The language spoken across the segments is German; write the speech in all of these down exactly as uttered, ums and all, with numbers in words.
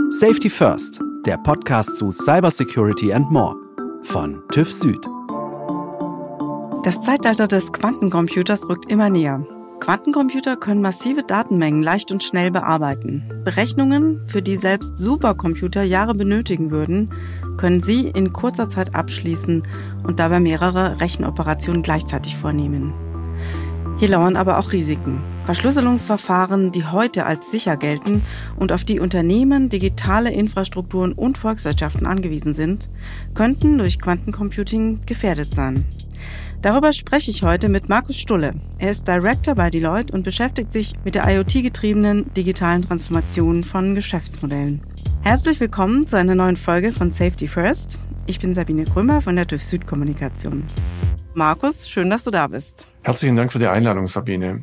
Safety First, der Podcast zu Cybersecurity and More von TÜV Süd. Das Zeitalter des Quantencomputers rückt immer näher. Quantencomputer können massive Datenmengen leicht und schnell bearbeiten. Berechnungen, für die selbst Supercomputer Jahre benötigen würden, können sie in kurzer Zeit abschließen und dabei mehrere Rechenoperationen gleichzeitig vornehmen. Hier lauern aber auch Risiken. Verschlüsselungsverfahren, die heute als sicher gelten und auf die Unternehmen, digitale Infrastrukturen und Volkswirtschaften angewiesen sind, könnten durch Quantencomputing gefährdet sein. Darüber spreche ich heute mit Markus Stulle. Er ist Director bei Deloitte und beschäftigt sich mit der IoT-getriebenen digitalen Transformation von Geschäftsmodellen. Herzlich willkommen zu einer neuen Folge von Safety First. Ich bin Sabine Krömer von der TÜV Süd Kommunikation. Markus, schön, dass du da bist. Herzlichen Dank für die Einladung, Sabine.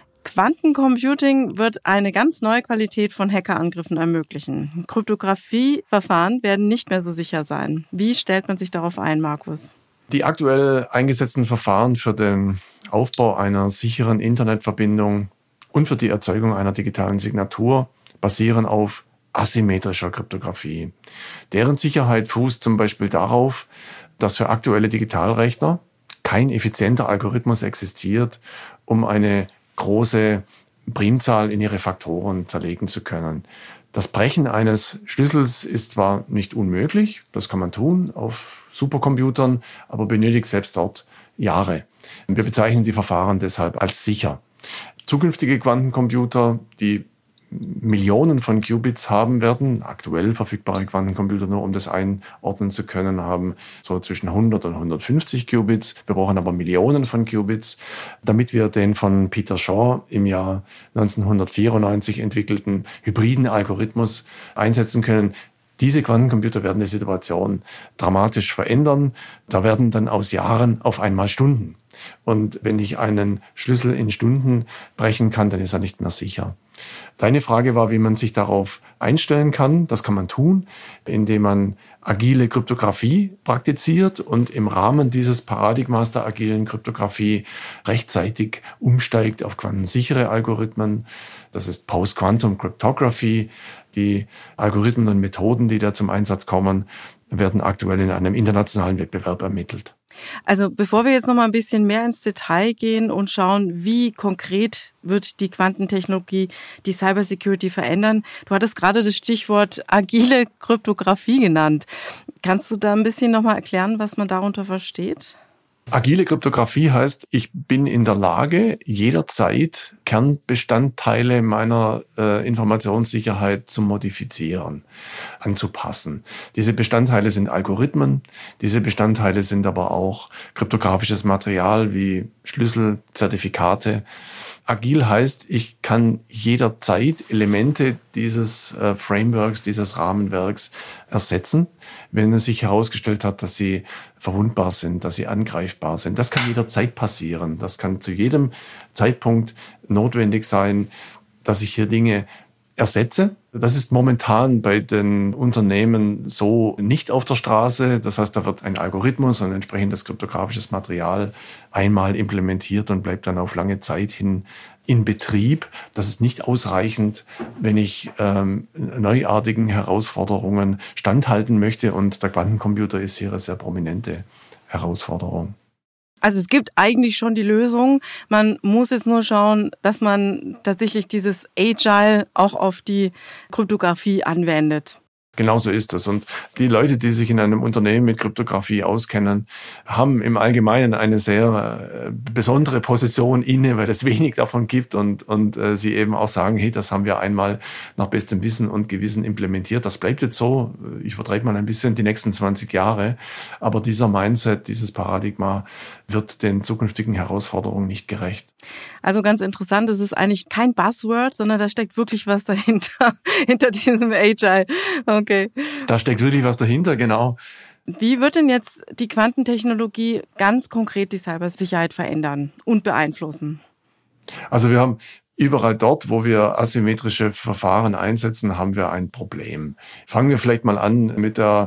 Quantencomputing wird eine ganz neue Qualität von Hackerangriffen ermöglichen. Kryptografieverfahren werden nicht mehr so sicher sein. Wie stellt man sich darauf ein, Markus? Die aktuell eingesetzten Verfahren für den Aufbau einer sicheren Internetverbindung und für die Erzeugung einer digitalen Signatur basieren auf asymmetrischer Kryptographie. Deren Sicherheit fußt zum Beispiel darauf, dass für aktuelle Digitalrechner kein effizienter Algorithmus existiert, um eine große Primzahl in ihre Faktoren zerlegen zu können. Das Brechen eines Schlüssels ist zwar nicht unmöglich, das kann man tun auf Supercomputern, aber benötigt selbst dort Jahre. Wir bezeichnen die Verfahren deshalb als sicher. Zukünftige Quantencomputer, die Millionen von Qubits haben werden, aktuell verfügbare Quantencomputer, nur um das einordnen zu können, haben so zwischen hundert und hundertfünfzig Qubits. Wir brauchen aber Millionen von Qubits, damit wir den von Peter Shaw im Jahr neunzehnhundertvierundneunzig entwickelten hybriden Algorithmus einsetzen können. Diese Quantencomputer werden die Situation dramatisch verändern. Da werden dann aus Jahren auf einmal Stunden. Und wenn ich einen Schlüssel in Stunden brechen kann, dann ist er nicht mehr sicher. Deine Frage war, wie man sich darauf einstellen kann. Das kann man tun, indem man agile Kryptographie praktiziert und im Rahmen dieses Paradigmas der agilen Kryptographie rechtzeitig umsteigt auf quantensichere Algorithmen. Das ist Post-Quantum Cryptography. Die Algorithmen und Methoden, die da zum Einsatz kommen, werden aktuell in einem internationalen Wettbewerb ermittelt. Also bevor wir jetzt noch mal ein bisschen mehr ins Detail gehen und schauen, wie konkret wird die Quantentechnologie die Cybersecurity verändern, du hattest gerade das Stichwort agile Kryptographie genannt. Kannst du da ein bisschen noch mal erklären, was man darunter versteht? Agile Kryptographie heißt, ich bin in der Lage, jederzeit Kernbestandteile meiner äh, Informationssicherheit zu modifizieren, anzupassen. Diese Bestandteile sind Algorithmen, diese Bestandteile sind aber auch kryptografisches Material wie Schlüssel, Zertifikate. Agil heißt, ich kann jederzeit Elemente dieses äh, Frameworks, dieses Rahmenwerks ersetzen, wenn es sich herausgestellt hat, dass sie verwundbar sind, dass sie angreifbar sind. Das kann jederzeit passieren. Das kann zu jedem Zeitpunkt notwendig sein, dass ich hier Dinge ersetze. Das ist momentan bei den Unternehmen so nicht auf der Straße. Das heißt, da wird ein Algorithmus und entsprechendes kryptografisches Material einmal implementiert und bleibt dann auf lange Zeit hin in Betrieb. Das ist nicht ausreichend, wenn ich ähm, neuartigen Herausforderungen standhalten möchte. Und der Quantencomputer ist hier eine sehr prominente Herausforderung. Also es gibt eigentlich schon die Lösung. Man muss jetzt nur schauen, dass man tatsächlich dieses Agile auch auf die Kryptographie anwendet. Genauso ist es. Und die Leute, die sich in einem Unternehmen mit Kryptographie auskennen, haben im Allgemeinen eine sehr äh, besondere Position inne, weil es wenig davon gibt und, und äh, sie eben auch sagen, hey, das haben wir einmal nach bestem Wissen und Gewissen implementiert. Das bleibt jetzt so, ich übertreibe mal ein bisschen, die nächsten zwanzig Jahre. Aber dieser Mindset, dieses Paradigma wird den zukünftigen Herausforderungen nicht gerecht. Also ganz interessant, es ist eigentlich kein Buzzword, sondern da steckt wirklich was dahinter, hinter diesem Agile. Okay. Da steckt wirklich was dahinter, genau. Wie wird denn jetzt die Quantentechnologie ganz konkret die Cybersicherheit verändern und beeinflussen? Also wir haben überall dort, wo wir asymmetrische Verfahren einsetzen, haben wir ein Problem. Fangen wir vielleicht mal an mit der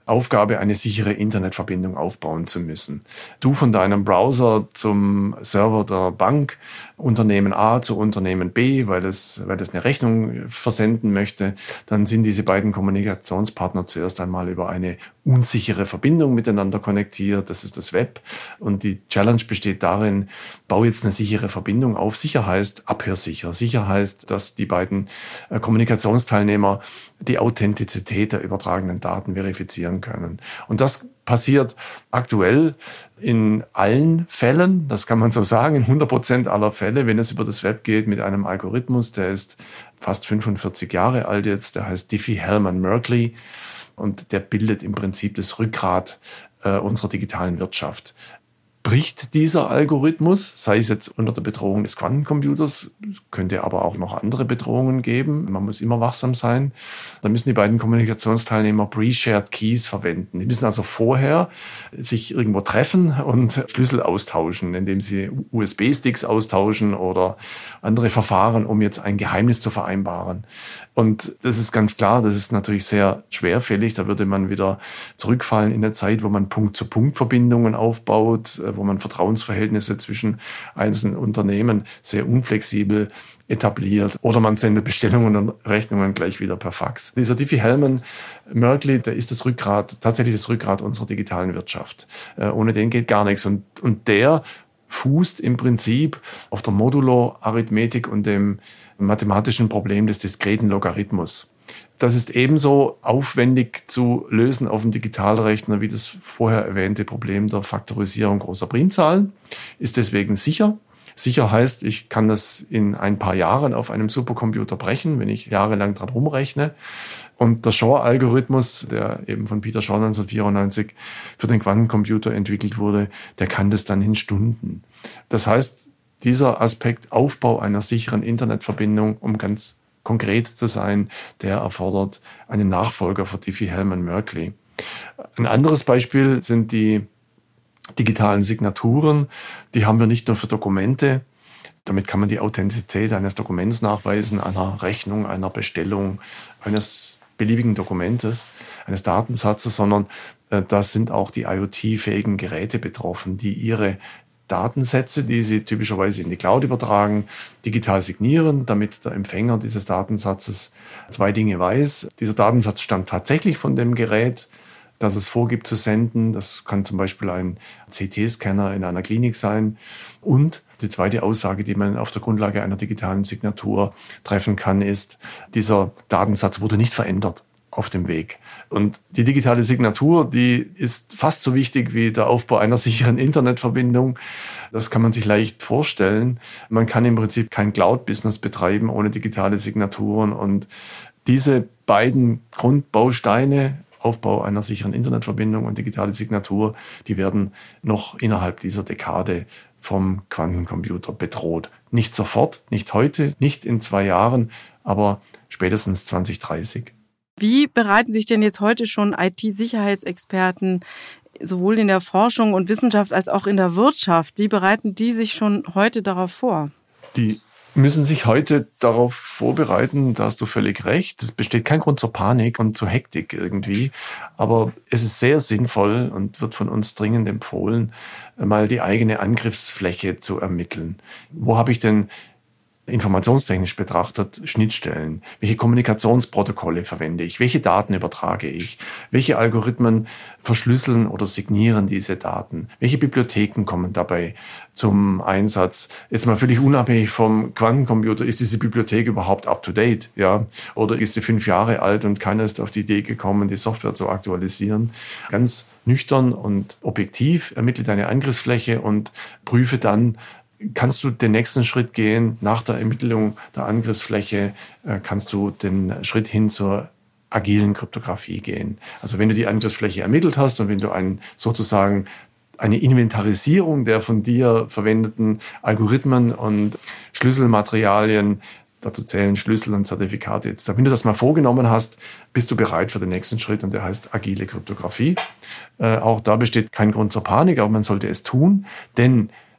Aufgabe, eine sichere Internetverbindung aufbauen zu müssen. Du von deinem Browser zum Server der Bank, Unternehmen A zu Unternehmen B, weil es, weil es eine Rechnung versenden möchte, dann sind diese beiden Kommunikationspartner zuerst einmal über eine unsichere Verbindung miteinander konnektiert. Das ist das Web. Und die Challenge besteht darin, bau jetzt eine sichere Verbindung auf. Sicher heißt abhörsicher. Sicher heißt, dass die beiden Kommunikationsteilnehmer die Authentizität der übertragenen Daten verifizieren können. Und das passiert aktuell in allen Fällen, das kann man so sagen, in hundert Prozent aller Fälle, wenn es über das Web geht, mit einem Algorithmus, der ist fast fünfundvierzig Jahre alt jetzt, der heißt Diffie-Hellman-Merkle und der bildet im Prinzip das Rückgrat äh, unserer digitalen Wirtschaft. Bricht dieser Algorithmus, sei es jetzt unter der Bedrohung des Quantencomputers, könnte aber auch noch andere Bedrohungen geben. Man muss immer wachsam sein. Da müssen die beiden Kommunikationsteilnehmer Pre-Shared Keys verwenden. Die müssen also vorher sich irgendwo treffen und Schlüssel austauschen, indem sie U S B-Sticks austauschen oder andere Verfahren, um jetzt ein Geheimnis zu vereinbaren. Und das ist ganz klar, das ist natürlich sehr schwerfällig. Da würde man wieder zurückfallen in der Zeit, wo man Punkt-zu-Punkt-Verbindungen aufbaut, wo man Vertrauensverhältnisse zwischen einzelnen Unternehmen sehr unflexibel etabliert. Oder man sendet Bestellungen und Rechnungen gleich wieder per Fax. Dieser Diffie-Hellman-Merkle, der ist das Rückgrat, tatsächlich das Rückgrat unserer digitalen Wirtschaft. Äh, ohne den geht gar nichts. Und, und der fußt im Prinzip auf der Modulo-Arithmetik und dem mathematischen Problem des diskreten Logarithmus. Das ist ebenso aufwendig zu lösen auf dem Digitalrechner wie das vorher erwähnte Problem der Faktorisierung großer Primzahlen, ist deswegen sicher. Sicher heißt, ich kann das in ein paar Jahren auf einem Supercomputer brechen, wenn ich jahrelang dran rumrechne. Und der Shor-Algorithmus, der eben von Peter Shor neunzehnhundertvierundneunzig für den Quantencomputer entwickelt wurde, der kann das dann in Stunden. Das heißt, dieser Aspekt Aufbau einer sicheren Internetverbindung, um ganz konkret zu sein, der erfordert einen Nachfolger für Diffie-Hellman-Merkle. Ein anderes Beispiel sind die digitalen Signaturen. Die haben wir nicht nur für Dokumente. Damit kann man die Authentizität eines Dokuments nachweisen, einer Rechnung, einer Bestellung, eines beliebigen Dokumentes, eines Datensatzes, sondern äh, da sind auch die IoT-fähigen Geräte betroffen, die ihre Datensätze, die sie typischerweise in die Cloud übertragen, digital signieren, damit der Empfänger dieses Datensatzes zwei Dinge weiß. Dieser Datensatz stammt tatsächlich von dem Gerät, das es vorgibt zu senden. Das kann zum Beispiel ein C T-Scanner in einer Klinik sein. Und die zweite Aussage, die man auf der Grundlage einer digitalen Signatur treffen kann, ist, dieser Datensatz wurde nicht verändert auf dem Weg. Und die digitale Signatur, die ist fast so wichtig wie der Aufbau einer sicheren Internetverbindung. Das kann man sich leicht vorstellen. Man kann im Prinzip kein Cloud-Business betreiben ohne digitale Signaturen. Und diese beiden Grundbausteine, Aufbau einer sicheren Internetverbindung und digitale Signatur, die werden noch innerhalb dieser Dekade vom Quantencomputer bedroht. Nicht sofort, nicht heute, nicht in zwei Jahren, aber spätestens zwanzig dreißig. Wie bereiten sich denn jetzt heute schon I T-Sicherheitsexperten sowohl in der Forschung und Wissenschaft als auch in der Wirtschaft, wie bereiten die sich schon heute darauf vor? Die müssen sich heute darauf vorbereiten, da hast du völlig recht. Es besteht kein Grund zur Panik und zur Hektik irgendwie. Aber es ist sehr sinnvoll und wird von uns dringend empfohlen, mal die eigene Angriffsfläche zu ermitteln. Wo habe ich denn informationstechnisch betrachtet Schnittstellen? Welche Kommunikationsprotokolle verwende ich? Welche Daten übertrage ich? Welche Algorithmen verschlüsseln oder signieren diese Daten? Welche Bibliotheken kommen dabei zum Einsatz? Jetzt mal völlig unabhängig vom Quantencomputer, ist diese Bibliothek überhaupt up-to-date? Ja? Oder ist sie fünf Jahre alt und keiner ist auf die Idee gekommen, die Software zu aktualisieren? Ganz nüchtern und objektiv ermittle deine Angriffsfläche und prüfe dann, kannst du den nächsten Schritt gehen. Nach der Ermittlung der Angriffsfläche äh, kannst du den Schritt hin zur agilen Kryptographie gehen. Also wenn du die Angriffsfläche ermittelt hast und wenn du ein, sozusagen eine Inventarisierung der von dir verwendeten Algorithmen und Schlüsselmaterialien, dazu zählen Schlüssel und Zertifikate jetzt. Wenn du das mal vorgenommen hast, bist du bereit für den nächsten Schritt und der heißt agile Kryptographie. Äh, auch da besteht kein Grund zur Panik, aber man sollte es tun, denn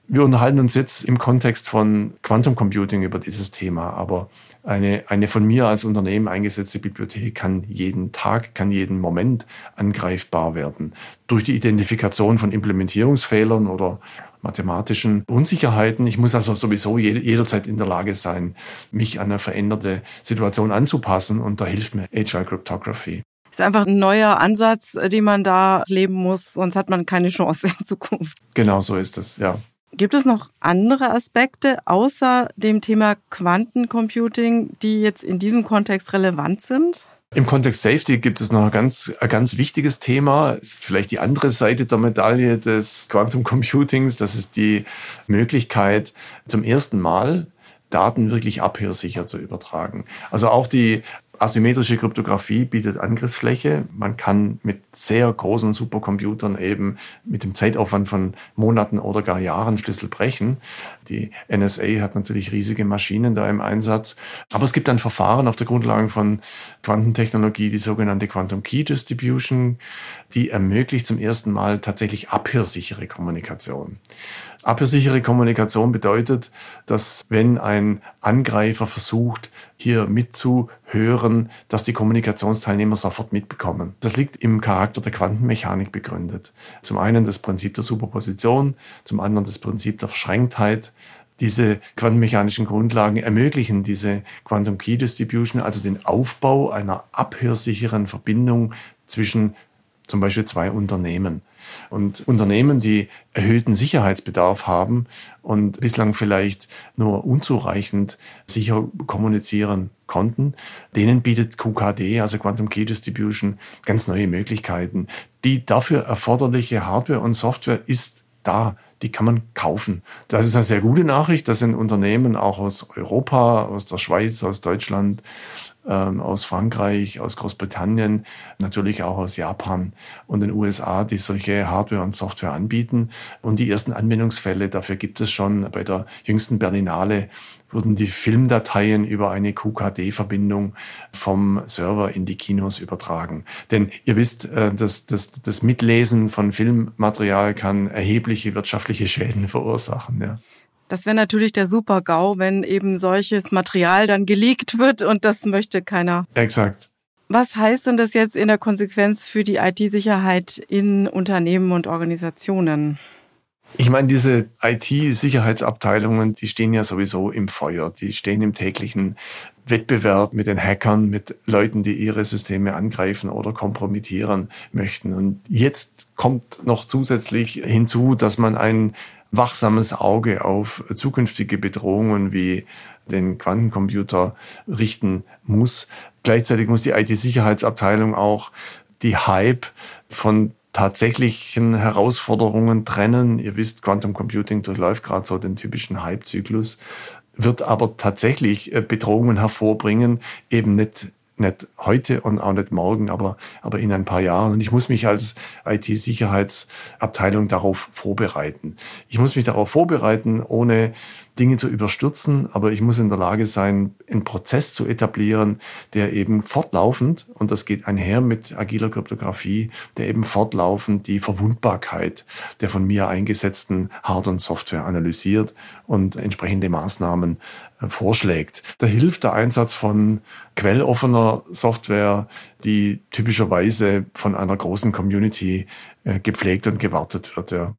Wir unterhalten uns jetzt im Kontext von Quantum Computing über dieses Thema, aber eine, eine von mir als Unternehmen eingesetzte Bibliothek kann jeden Tag, kann jeden Moment angreifbar werden. Durch die Identifikation von Implementierungsfehlern oder mathematischen Unsicherheiten. Ich muss also sowieso jederzeit in der Lage sein, mich an eine veränderte Situation anzupassen, und da hilft mir Agile Cryptography. Ist einfach ein neuer Ansatz, den man da leben muss, sonst hat man keine Chance in Zukunft. Genau so ist es, ja. Gibt es noch andere Aspekte außer dem Thema Quantencomputing, die jetzt in diesem Kontext relevant sind? Im Kontext Safety gibt es noch ein ganz, ein ganz wichtiges Thema. Das ist vielleicht die andere Seite der Medaille des Quantum Computings. Das ist die Möglichkeit, zum ersten Mal Daten wirklich abhörsicher zu übertragen. Also auch die asymmetrische Kryptographie bietet Angriffsfläche. Man kann mit sehr großen Supercomputern eben mit dem Zeitaufwand von Monaten oder gar Jahren Schlüssel brechen. Die N S A hat natürlich riesige Maschinen da im Einsatz. Aber es gibt dann Verfahren auf der Grundlage von Quantentechnologie, die sogenannte Quantum Key Distribution, die ermöglicht zum ersten Mal tatsächlich abhörsichere Kommunikation. Abhörsichere Kommunikation bedeutet, dass wenn ein Angreifer versucht, hier mitzuhören, dass die Kommunikationsteilnehmer sofort mitbekommen. Das liegt im Charakter der Quantenmechanik begründet. Zum einen das Prinzip der Superposition, zum anderen das Prinzip der Verschränktheit. Diese quantenmechanischen Grundlagen ermöglichen diese Quantum Key Distribution, also den Aufbau einer abhörsicheren Verbindung zwischen zum Beispiel zwei Unternehmen. Und Unternehmen, die erhöhten Sicherheitsbedarf haben und bislang vielleicht nur unzureichend sicher kommunizieren konnten, denen bietet Q K D, also Quantum Key Distribution, ganz neue Möglichkeiten. Die dafür erforderliche Hardware und Software ist da. Die kann man kaufen. Das ist eine sehr gute Nachricht. Das sind Unternehmen auch aus Europa, aus der Schweiz, aus Deutschland, ähm, aus Frankreich, aus Großbritannien, natürlich auch aus Japan und den U S A, die solche Hardware und Software anbieten. Und die ersten Anwendungsfälle dafür gibt es schon. Bei der jüngsten Berlinale wurden die Filmdateien über eine Q K D-Verbindung vom Server in die Kinos übertragen. Denn ihr wisst, das, das, das Mitlesen von Filmmaterial kann erhebliche wirtschaftliche Schäden verursachen. Ja. Das wäre natürlich der Super-GAU, wenn eben solches Material dann geleakt wird, und das möchte keiner. Exakt. Was heißt denn das jetzt in der Konsequenz für die I T-Sicherheit in Unternehmen und Organisationen? Ich meine, diese I T-Sicherheitsabteilungen, die stehen ja sowieso im Feuer. Die stehen im täglichen Wettbewerb mit den Hackern, mit Leuten, die ihre Systeme angreifen oder kompromittieren möchten. Und jetzt kommt noch zusätzlich hinzu, dass man ein wachsames Auge auf zukünftige Bedrohungen wie den Quantencomputer richten muss. Gleichzeitig muss die I T-Sicherheitsabteilung auch die Hype von tatsächlichen Herausforderungen trennen. Ihr wisst, Quantum Computing durchläuft gerade so den typischen Hype-Zyklus, wird aber tatsächlich Bedrohungen hervorbringen, eben nicht nicht heute und auch nicht morgen, aber, aber in ein paar Jahren. Und ich muss mich als I T-Sicherheitsabteilung darauf vorbereiten. Ich muss mich darauf vorbereiten, ohne Dinge zu überstürzen, aber ich muss in der Lage sein, einen Prozess zu etablieren, der eben fortlaufend, und das geht einher mit agiler Kryptographie, der eben fortlaufend die Verwundbarkeit der von mir eingesetzten Hard- und Software analysiert und entsprechende Maßnahmen vorschlägt. Da hilft der Einsatz von quelloffener Software, die typischerweise von einer großen Community äh, gepflegt und gewartet wird. Ja.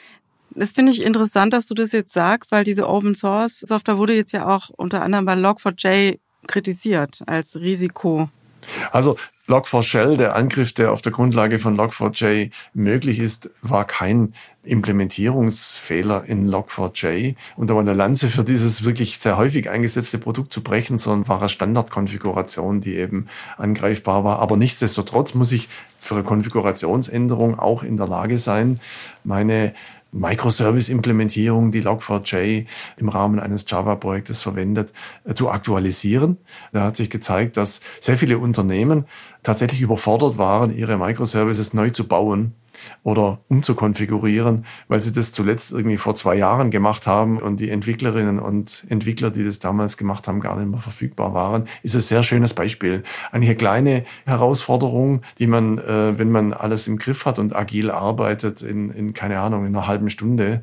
Das finde ich interessant, dass du das jetzt sagst, weil diese Open-Source-Software wurde jetzt ja auch unter anderem bei log four j kritisiert als Risiko. Also log four shell, der Angriff, der auf der Grundlage von log four j möglich ist, war kein Implementierungsfehler in log four j. Und da war eine Lanze für dieses wirklich sehr häufig eingesetzte Produkt zu brechen, sondern war eine Standardkonfiguration, die eben angreifbar war. Aber nichtsdestotrotz muss ich für eine Konfigurationsänderung auch in der Lage sein, meine Microservice-Implementierung, die log four j im Rahmen eines Java-Projektes verwendet, zu aktualisieren. Da hat sich gezeigt, dass sehr viele Unternehmen tatsächlich überfordert waren, ihre Microservices neu zu bauen oder umzukonfigurieren, weil sie das zuletzt irgendwie vor zwei Jahren gemacht haben und die Entwicklerinnen und Entwickler, die das damals gemacht haben, gar nicht mehr verfügbar waren. Ist ein sehr schönes Beispiel. Eigentlich eine kleine Herausforderung, die man, äh, wenn man alles im Griff hat und agil arbeitet, in, in keine Ahnung, in einer halben Stunde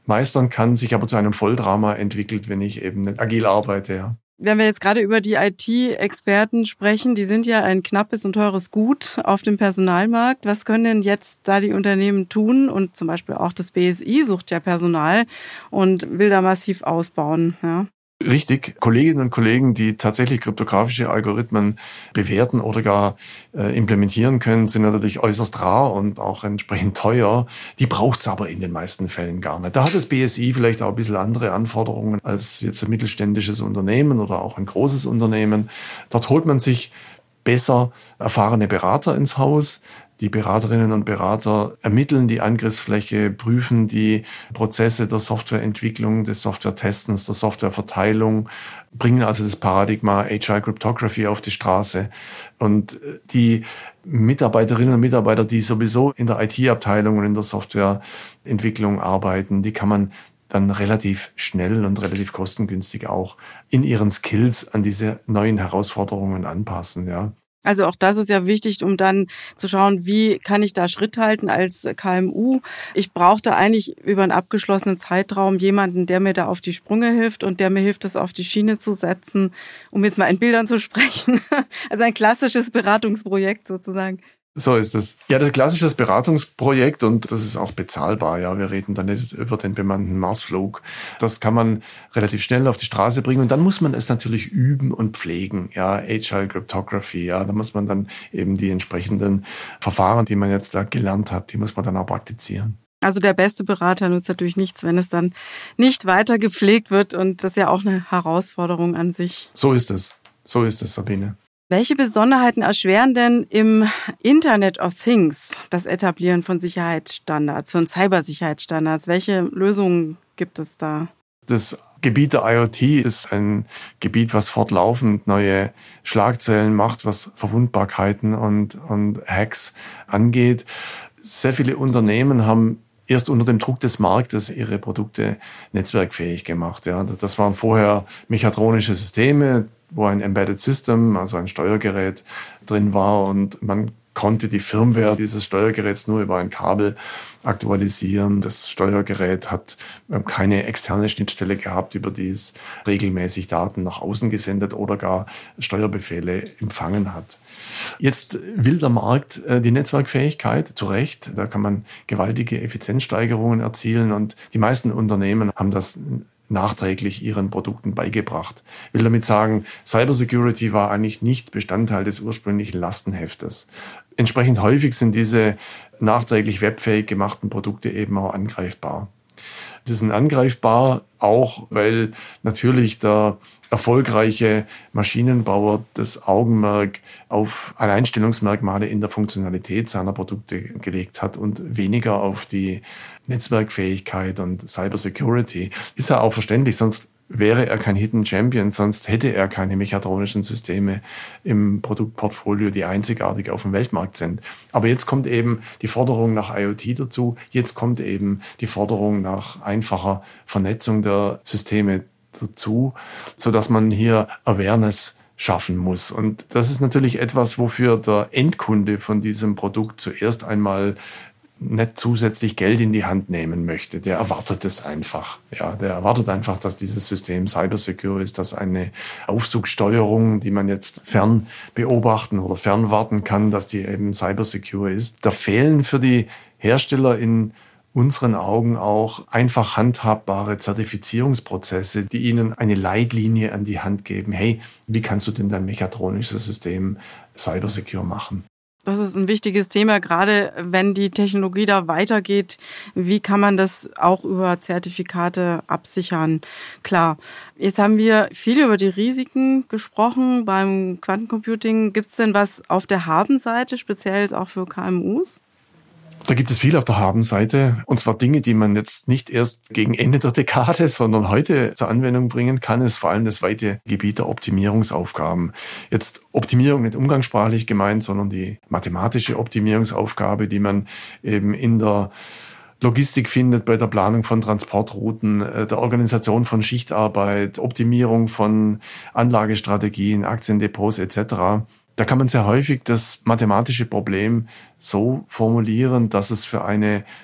meistern kann, sich aber zu einem Volldrama entwickelt, wenn ich eben nicht agil arbeite. Ja. Wenn wir jetzt gerade über die I T-Experten sprechen, die sind ja ein knappes und teures Gut auf dem Personalmarkt. Was können denn jetzt da die Unternehmen tun? Und zum Beispiel auch das B S I sucht ja Personal und will da massiv ausbauen. Ja. Richtig. Kolleginnen und Kollegen, die tatsächlich kryptografische Algorithmen bewerten oder gar äh, implementieren können, sind natürlich äußerst rar und auch entsprechend teuer. Die braucht's aber in den meisten Fällen gar nicht. Da hat das B S I vielleicht auch ein bisschen andere Anforderungen als jetzt ein mittelständisches Unternehmen oder auch ein großes Unternehmen. Dort holt man sich besser erfahrene Berater ins Haus. Die Beraterinnen und Berater ermitteln die Angriffsfläche, prüfen die Prozesse der Softwareentwicklung, des Softwaretestens, der Softwareverteilung, bringen also das Paradigma Agile Cryptography auf die Straße. Und die Mitarbeiterinnen und Mitarbeiter, die sowieso in der I T-Abteilung und in der Softwareentwicklung arbeiten, die kann man dann relativ schnell und relativ kostengünstig auch in ihren Skills an diese neuen Herausforderungen anpassen, ja. Also auch das ist ja wichtig, um dann zu schauen, wie kann ich da Schritt halten als K M U. Ich brauche da eigentlich über einen abgeschlossenen Zeitraum jemanden, der mir da auf die Sprünge hilft und der mir hilft, das auf die Schiene zu setzen, um jetzt mal in Bildern zu sprechen. Also ein klassisches Beratungsprojekt sozusagen. So ist es. Ja, das klassische Beratungsprojekt und das ist auch bezahlbar. Ja, wir reden dann nicht über den bemannten Marsflug. Das kann man relativ schnell auf die Straße bringen und dann muss man es natürlich üben und pflegen. Ja, Agile Cryptography. Ja, da muss man dann eben die entsprechenden Verfahren, die man jetzt da gelernt hat, die muss man dann auch praktizieren. Also der beste Berater nutzt natürlich nichts, wenn es dann nicht weiter gepflegt wird und das ist ja auch eine Herausforderung an sich. So ist es. So ist es, Sabine. Welche Besonderheiten erschweren denn im Internet of Things das Etablieren von Sicherheitsstandards, von Cybersicherheitsstandards? Welche Lösungen gibt es da? Das Gebiet der IoT ist ein Gebiet, was fortlaufend neue Schlagzeilen macht, was Verwundbarkeiten und, und Hacks angeht. Sehr viele Unternehmen haben erst unter dem Druck des Marktes ihre Produkte netzwerkfähig gemacht. Ja, das waren vorher mechatronische Systeme, wo ein Embedded System, also ein Steuergerät drin war und man konnte die Firmware dieses Steuergeräts nur über ein Kabel aktualisieren. Das Steuergerät hat keine externe Schnittstelle gehabt, über die es regelmäßig Daten nach außen gesendet oder gar Steuerbefehle empfangen hat. Jetzt will der Markt die Netzwerkfähigkeit, zu Recht. Da kann man gewaltige Effizienzsteigerungen erzielen und die meisten Unternehmen haben das nachträglich ihren Produkten beigebracht. Ich will damit sagen, Cybersecurity war eigentlich nicht Bestandteil des ursprünglichen Lastenheftes. Entsprechend häufig sind diese nachträglich webfähig gemachten Produkte eben auch angreifbar. Sie sind angreifbar auch, weil natürlich der erfolgreiche Maschinenbauer das Augenmerk auf Alleinstellungsmerkmale in der Funktionalität seiner Produkte gelegt hat und weniger auf die Netzwerkfähigkeit und Cybersecurity. Ist ja auch verständlich, sonst wäre er kein Hidden Champion, sonst hätte er keine mechatronischen Systeme im Produktportfolio, die einzigartig auf dem Weltmarkt sind. Aber jetzt kommt eben die Forderung nach IoT dazu, jetzt kommt eben die Forderung nach einfacher Vernetzung der Systeme dazu, sodass man hier Awareness schaffen muss. Und das ist natürlich etwas, wofür der Endkunde von diesem Produkt zuerst einmal nicht zusätzlich Geld in die Hand nehmen möchte. Der erwartet es einfach. Ja, der erwartet einfach, dass dieses System cybersecure ist, dass eine Aufzugssteuerung, die man jetzt fern beobachten oder fernwarten kann, dass die eben cybersecure ist. Da fehlen für die Hersteller in unseren Augen auch einfach handhabbare Zertifizierungsprozesse, die ihnen eine Leitlinie an die Hand geben. Hey, wie kannst du denn dein mechatronisches System cybersecure machen? Das ist ein wichtiges Thema, gerade wenn die Technologie da weitergeht. Wie kann man das auch über Zertifikate absichern? Klar, jetzt haben wir viel über die Risiken gesprochen beim Quantencomputing. Gibt es denn was auf der Habenseite, speziell jetzt auch für K M Us? Da gibt es viel auf der Habenseite, und zwar Dinge, die man jetzt nicht erst gegen Ende der Dekade, sondern heute zur Anwendung bringen kann, ist vor allem das weite Gebiet der Optimierungsaufgaben. Jetzt Optimierung nicht umgangssprachlich gemeint, sondern die mathematische Optimierungsaufgabe, die man eben in der Logistik findet, bei der Planung von Transportrouten, der Organisation von Schichtarbeit, Optimierung von Anlagestrategien, Aktiendepots et cetera. Da kann man sehr häufig das mathematische Problem so formulieren, dass es für eine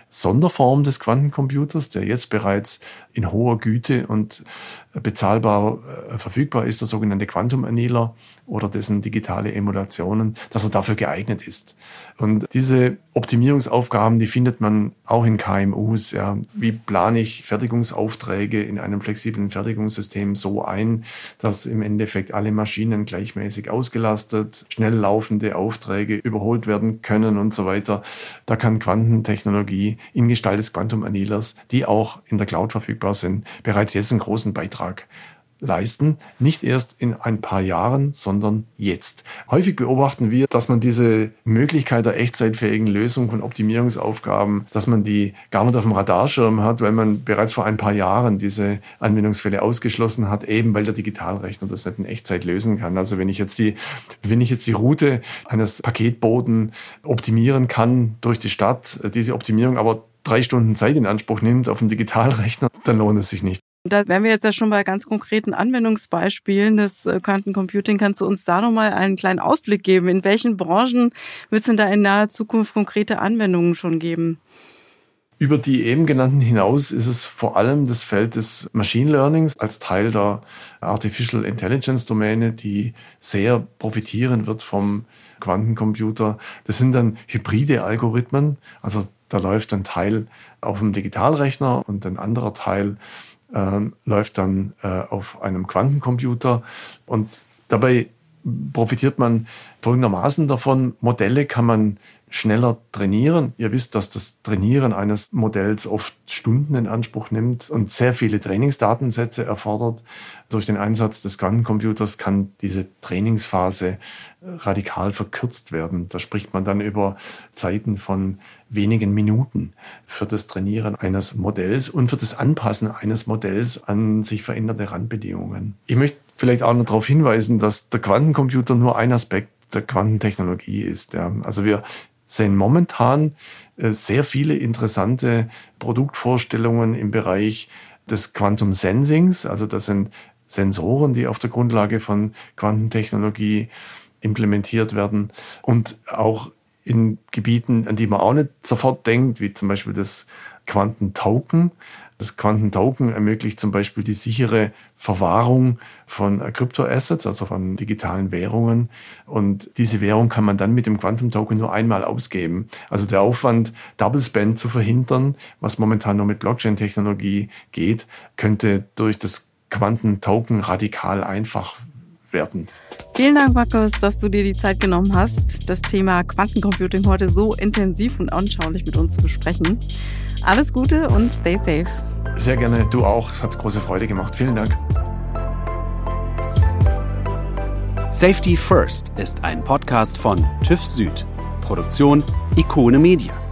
Sonderform des Quantencomputers, der jetzt bereits in hoher Güte und bezahlbar äh, verfügbar ist, der sogenannte Quantum-Annealer oder dessen digitale Emulationen, dass er dafür geeignet ist. Und diese Optimierungsaufgaben, die findet man auch in K M Us. Ja. Wie plane ich Fertigungsaufträge in einem flexiblen Fertigungssystem so ein, dass im Endeffekt alle Maschinen gleichmäßig ausgelastet, schnell laufende Aufträge überholt werden können und so weiter. Da kann Quantentechnologie in Gestalt des Quantum-Annealers, die auch in der Cloud verfügbar sind, bereits jetzt einen großen Beitrag leisten. Nicht erst in ein paar Jahren, sondern jetzt. Häufig beobachten wir, dass man diese Möglichkeit der echtzeitfähigen Lösung von Optimierungsaufgaben, dass man die gar nicht auf dem Radarschirm hat, weil man bereits vor ein paar Jahren diese Anwendungsfälle ausgeschlossen hat, eben weil der Digitalrechner das nicht in Echtzeit lösen kann. Also wenn ich jetzt die, wenn ich jetzt die Route eines Paketboten optimieren kann durch die Stadt, diese Optimierung aber drei Stunden Zeit in Anspruch nimmt auf dem Digitalrechner, dann lohnt es sich nicht. Da wären wir jetzt ja schon bei ganz konkreten Anwendungsbeispielen des Quantencomputing. Kannst du uns da nochmal einen kleinen Ausblick geben? In welchen Branchen wird es denn da in naher Zukunft konkrete Anwendungen schon geben? Über die eben genannten hinaus ist es vor allem das Feld des Machine Learnings als Teil der Artificial Intelligence Domäne, die sehr profitieren wird vom Quantencomputer. Das sind dann hybride Algorithmen. Also da läuft ein Teil auf dem Digitalrechner und ein anderer Teil Ähm, läuft dann äh, auf einem Quantencomputer und dabei profitiert man folgendermaßen davon. Modelle kann man schneller trainieren. Ihr wisst, dass das Trainieren eines Modells oft Stunden in Anspruch nimmt und sehr viele Trainingsdatensätze erfordert. Durch den Einsatz des Quantencomputers kann diese Trainingsphase radikal verkürzt werden. Da spricht man dann über Zeiten von wenigen Minuten für das Trainieren eines Modells und für das Anpassen eines Modells an sich veränderte Randbedingungen. Ich möchte vielleicht auch noch darauf hinweisen, dass der Quantencomputer nur ein Aspekt der Quantentechnologie ist. Ja. Also wir sehen momentan äh, sehr viele interessante Produktvorstellungen im Bereich des Quantum Sensings. Also das sind Sensoren, die auf der Grundlage von Quantentechnologie implementiert werden und auch in Gebieten, an die man auch nicht sofort denkt, wie zum Beispiel das Quantentoken. Das Quantentoken ermöglicht zum Beispiel die sichere Verwahrung von Kryptoassets, also von digitalen Währungen. Und diese Währung kann man dann mit dem Quantum-Token nur einmal ausgeben. Also der Aufwand, Double Spend zu verhindern, was momentan nur mit Blockchain-Technologie geht, könnte durch das Quantentoken radikal einfach werden. Vielen Dank, Markus, dass du dir die Zeit genommen hast, das Thema Quantencomputing heute so intensiv und anschaulich mit uns zu besprechen. Alles Gute und stay safe. Sehr gerne, du auch. Es hat große Freude gemacht. Vielen Dank. Safety First ist ein Podcast von TÜV Süd. Produktion Ikone Media.